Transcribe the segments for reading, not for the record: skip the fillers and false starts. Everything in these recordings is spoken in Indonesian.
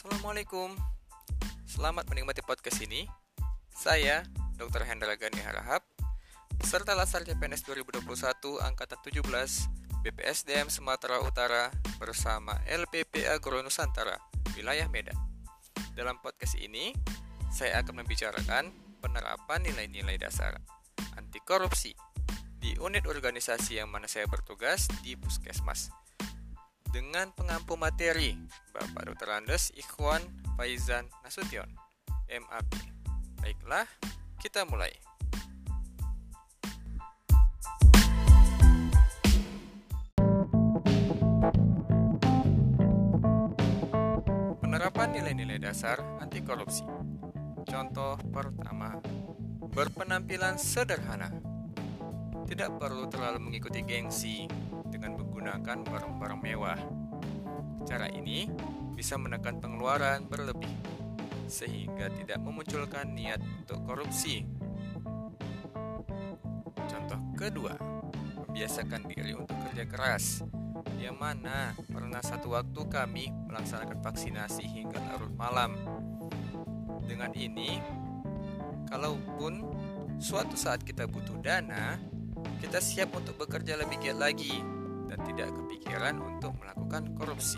Assalamualaikum. Selamat menikmati podcast ini. Saya Dr. Hendra Gani Harahap, peserta Latsar CPNS 2021 angkatan 17 BPSDM Sumatera Utara bersama LPP Agro Nusantara, wilayah Medan. Dalam podcast ini, saya akan membicarakan penerapan nilai-nilai dasar anti korupsi di unit organisasi yang mana saya bertugas di Puskesmas. Dengan pengampu materi Bapak Dr. Andes Ikhwan Faizan Nasution, MAP. Baiklah, kita mulai. Penerapan nilai-nilai dasar anti korupsi. Contoh pertama, berpenampilan sederhana. Tidak perlu terlalu mengikuti gengsi dengan menggunakan barang-barang mewah. Cara ini bisa menekan pengeluaran berlebih, sehingga tidak memunculkan niat untuk korupsi. Contoh kedua, membiasakan diri untuk kerja keras, yang mana pernah satu waktu kami melaksanakan vaksinasi hingga larut malam. Dengan ini, kalaupun suatu saat kita butuh dana, kita siap untuk bekerja lebih giat lagi dan tidak kepikiran untuk melakukan korupsi.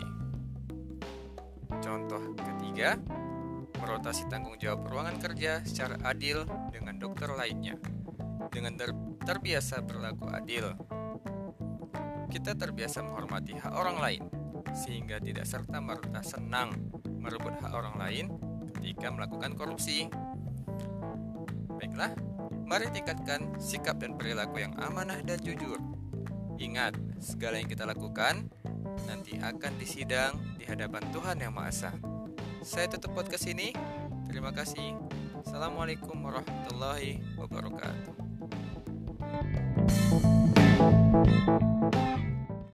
Contoh ketiga, merotasi tanggung jawab ruangan kerja secara adil dengan dokter lainnya. Dengan terbiasa berlaku adil, kita terbiasa menghormati hak orang lain, sehingga tidak serta-merta senang merebut hak orang lain ketika melakukan korupsi. Baiklah, mari tingkatkan sikap dan perilaku yang amanah dan jujur. Ingat, segala yang kita lakukan nanti akan disidang di hadapan Tuhan Yang Maha Esa. Saya tutup podcast ini. Terima kasih. Assalamualaikum warahmatullahi wabarakatuh.